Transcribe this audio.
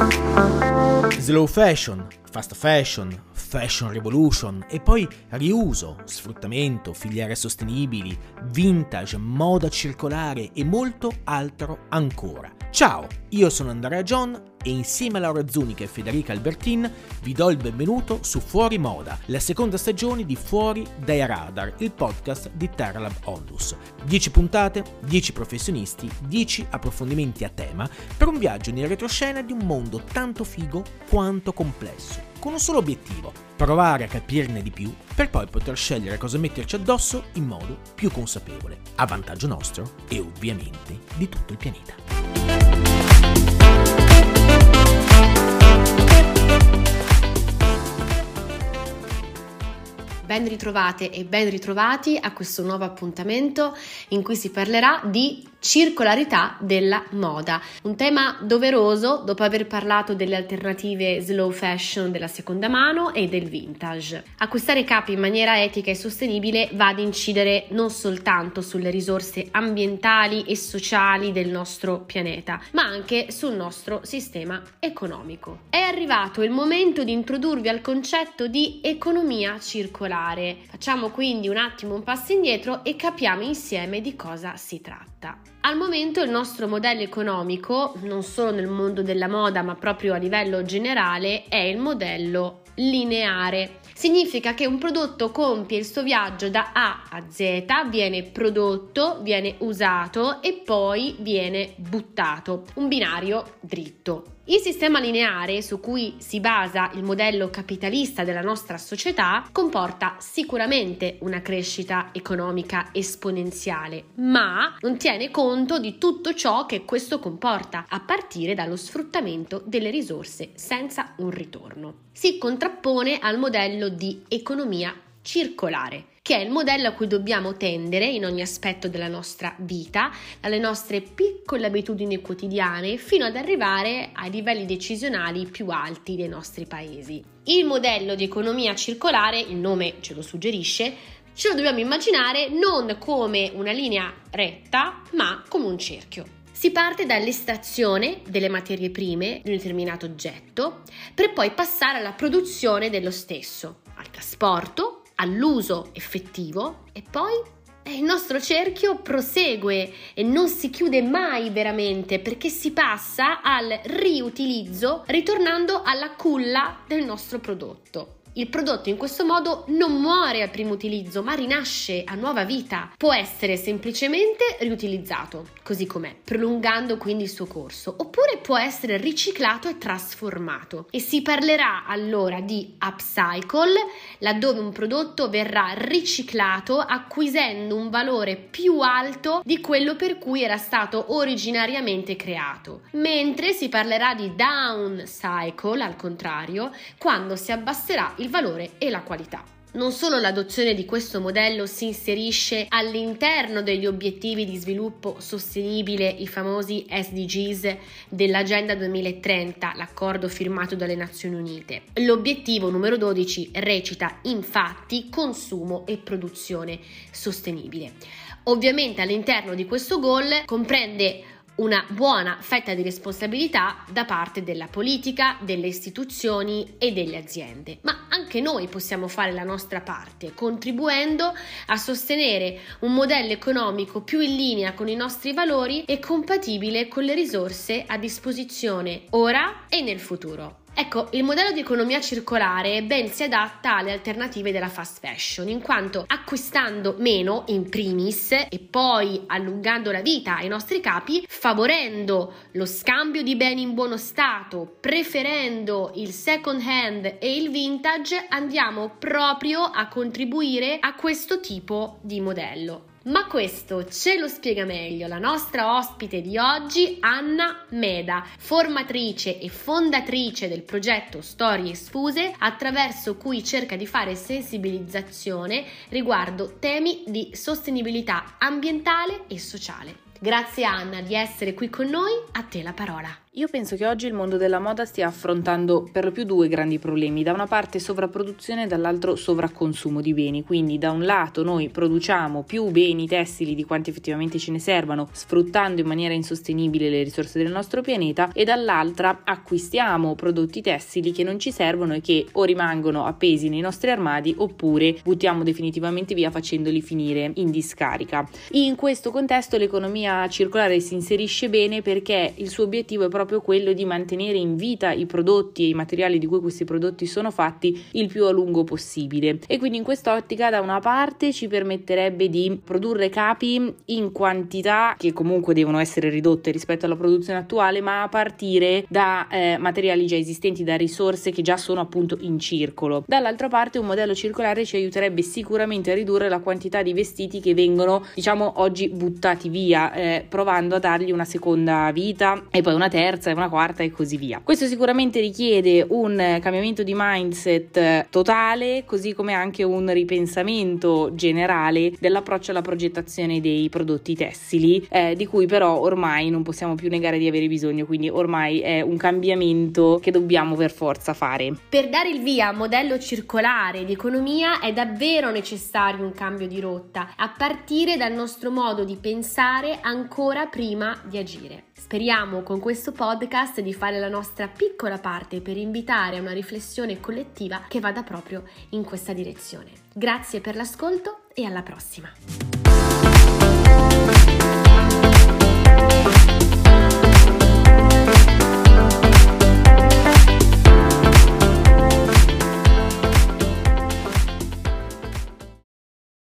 Slow fashion, fast fashion, fashion revolution e poi riuso, sfruttamento, filiere sostenibili, vintage, moda circolare e molto altro ancora. Ciao, io sono Andrea John e insieme a Laura Zuniga e Federica Albertin vi do il benvenuto su Fuori Moda, la seconda stagione di Fuori dai Radar, il podcast di Terralab Onlus. 10 puntate, 10 professionisti, 10 approfondimenti a tema per un viaggio nel retroscena di un mondo tanto figo quanto complesso, con un solo obiettivo: provare a capirne di più per poi poter scegliere cosa metterci addosso in modo più consapevole, a vantaggio nostro e ovviamente di tutto il pianeta. Ben ritrovate e ben ritrovati a questo nuovo appuntamento in cui si parlerà di circolarità della moda, un tema doveroso dopo aver parlato delle alternative slow fashion della seconda mano e del vintage. Acquistare capi in maniera etica e sostenibile va ad incidere non soltanto sulle risorse ambientali e sociali del nostro pianeta, ma anche sul nostro sistema economico. È arrivato il momento di introdurvi al concetto di economia circolare. Facciamo quindi un attimo un passo indietro e capiamo insieme di cosa si tratta. Al momento il nostro modello economico, non solo nel mondo della moda ma proprio a livello generale, è il modello lineare. Significa che un prodotto compie il suo viaggio da A a Z, viene prodotto, viene usato e poi viene buttato. Un binario dritto. Il sistema lineare su cui si basa il modello capitalista della nostra società comporta sicuramente una crescita economica esponenziale, ma non tiene conto di tutto ciò che questo comporta, a partire dallo sfruttamento delle risorse senza un ritorno. Si contrappone al modello di economia circolare, che è il modello a cui dobbiamo tendere in ogni aspetto della nostra vita, dalle nostre piccole abitudini quotidiane fino ad arrivare ai livelli decisionali più alti dei nostri paesi. Il modello di economia circolare, il nome ce lo suggerisce, ce lo dobbiamo immaginare non come una linea retta, ma come un cerchio. Si parte dall'estrazione delle materie prime di un determinato oggetto, per poi passare alla produzione dello stesso, al trasporto, all'uso effettivo e poi il nostro cerchio prosegue e non si chiude mai veramente, perché si passa al riutilizzo ritornando alla culla del nostro prodotto. Il prodotto in questo modo non muore al primo utilizzo, ma rinasce a nuova vita. Può essere semplicemente riutilizzato, così com'è, prolungando quindi il suo corso, oppure può essere riciclato e trasformato. E si parlerà allora di upcycle, laddove un prodotto verrà riciclato acquisendo un valore più alto di quello per cui era stato originariamente creato. Mentre si parlerà di downcycle, al contrario, quando si abbasserà il valore e la qualità. Non solo l'adozione di questo modello si inserisce all'interno degli obiettivi di sviluppo sostenibile, i famosi SDGs dell'Agenda 2030, l'accordo firmato dalle Nazioni Unite. L'obiettivo numero 12 recita infatti consumo e produzione sostenibile. Ovviamente all'interno di questo goal comprende una buona fetta di responsabilità da parte della politica, delle istituzioni e delle aziende. Ma anche noi possiamo fare la nostra parte, contribuendo a sostenere un modello economico più in linea con i nostri valori e compatibile con le risorse a disposizione ora e nel futuro. Ecco, il modello di economia circolare ben si adatta alle alternative della fast fashion, in quanto acquistando meno in primis e poi allungando la vita ai nostri capi, favorendo lo scambio di beni in buono stato, preferendo il second hand e il vintage, andiamo proprio a contribuire a questo tipo di modello. Ma questo ce lo spiega meglio la nostra ospite di oggi, Anna Meda, formatrice e fondatrice del progetto Storie Sfuse, attraverso cui cerca di fare sensibilizzazione riguardo temi di sostenibilità ambientale e sociale. Grazie Anna di essere qui con noi, a te la parola. Io penso che oggi il mondo della moda stia affrontando per lo più due grandi problemi, da una parte sovrapproduzione e dall'altro sovracconsumo di beni, quindi da un lato noi produciamo più beni tessili di quanti effettivamente ce ne servano, sfruttando in maniera insostenibile le risorse del nostro pianeta, e dall'altra acquistiamo prodotti tessili che non ci servono e che o rimangono appesi nei nostri armadi oppure buttiamo definitivamente via facendoli finire in discarica. In questo contesto l'economia circolare si inserisce bene perché il suo obiettivo è proprio quello di mantenere in vita i prodotti e i materiali di cui questi prodotti sono fatti il più a lungo possibile, e quindi in quest'ottica da una parte ci permetterebbe di produrre capi in quantità che comunque devono essere ridotte rispetto alla produzione attuale, ma a partire da materiali già esistenti, da risorse che già sono appunto in circolo. Dall'altra parte un modello circolare ci aiuterebbe sicuramente a ridurre la quantità di vestiti che vengono oggi buttati via, provando a dargli una seconda vita e poi una terza e una quarta e così via. Questo sicuramente richiede un cambiamento di mindset totale, così come anche un ripensamento generale dell'approccio alla progettazione dei prodotti tessili, di cui però ormai non possiamo più negare di avere bisogno, quindi ormai è un cambiamento che dobbiamo per forza fare. Per dare il via a un modello circolare di economia è davvero necessario un cambio di rotta, a partire dal nostro modo di pensare ancora prima di agire. Speriamo con questo podcast di fare la nostra piccola parte per invitare a una riflessione collettiva che vada proprio in questa direzione. Grazie per l'ascolto e alla prossima!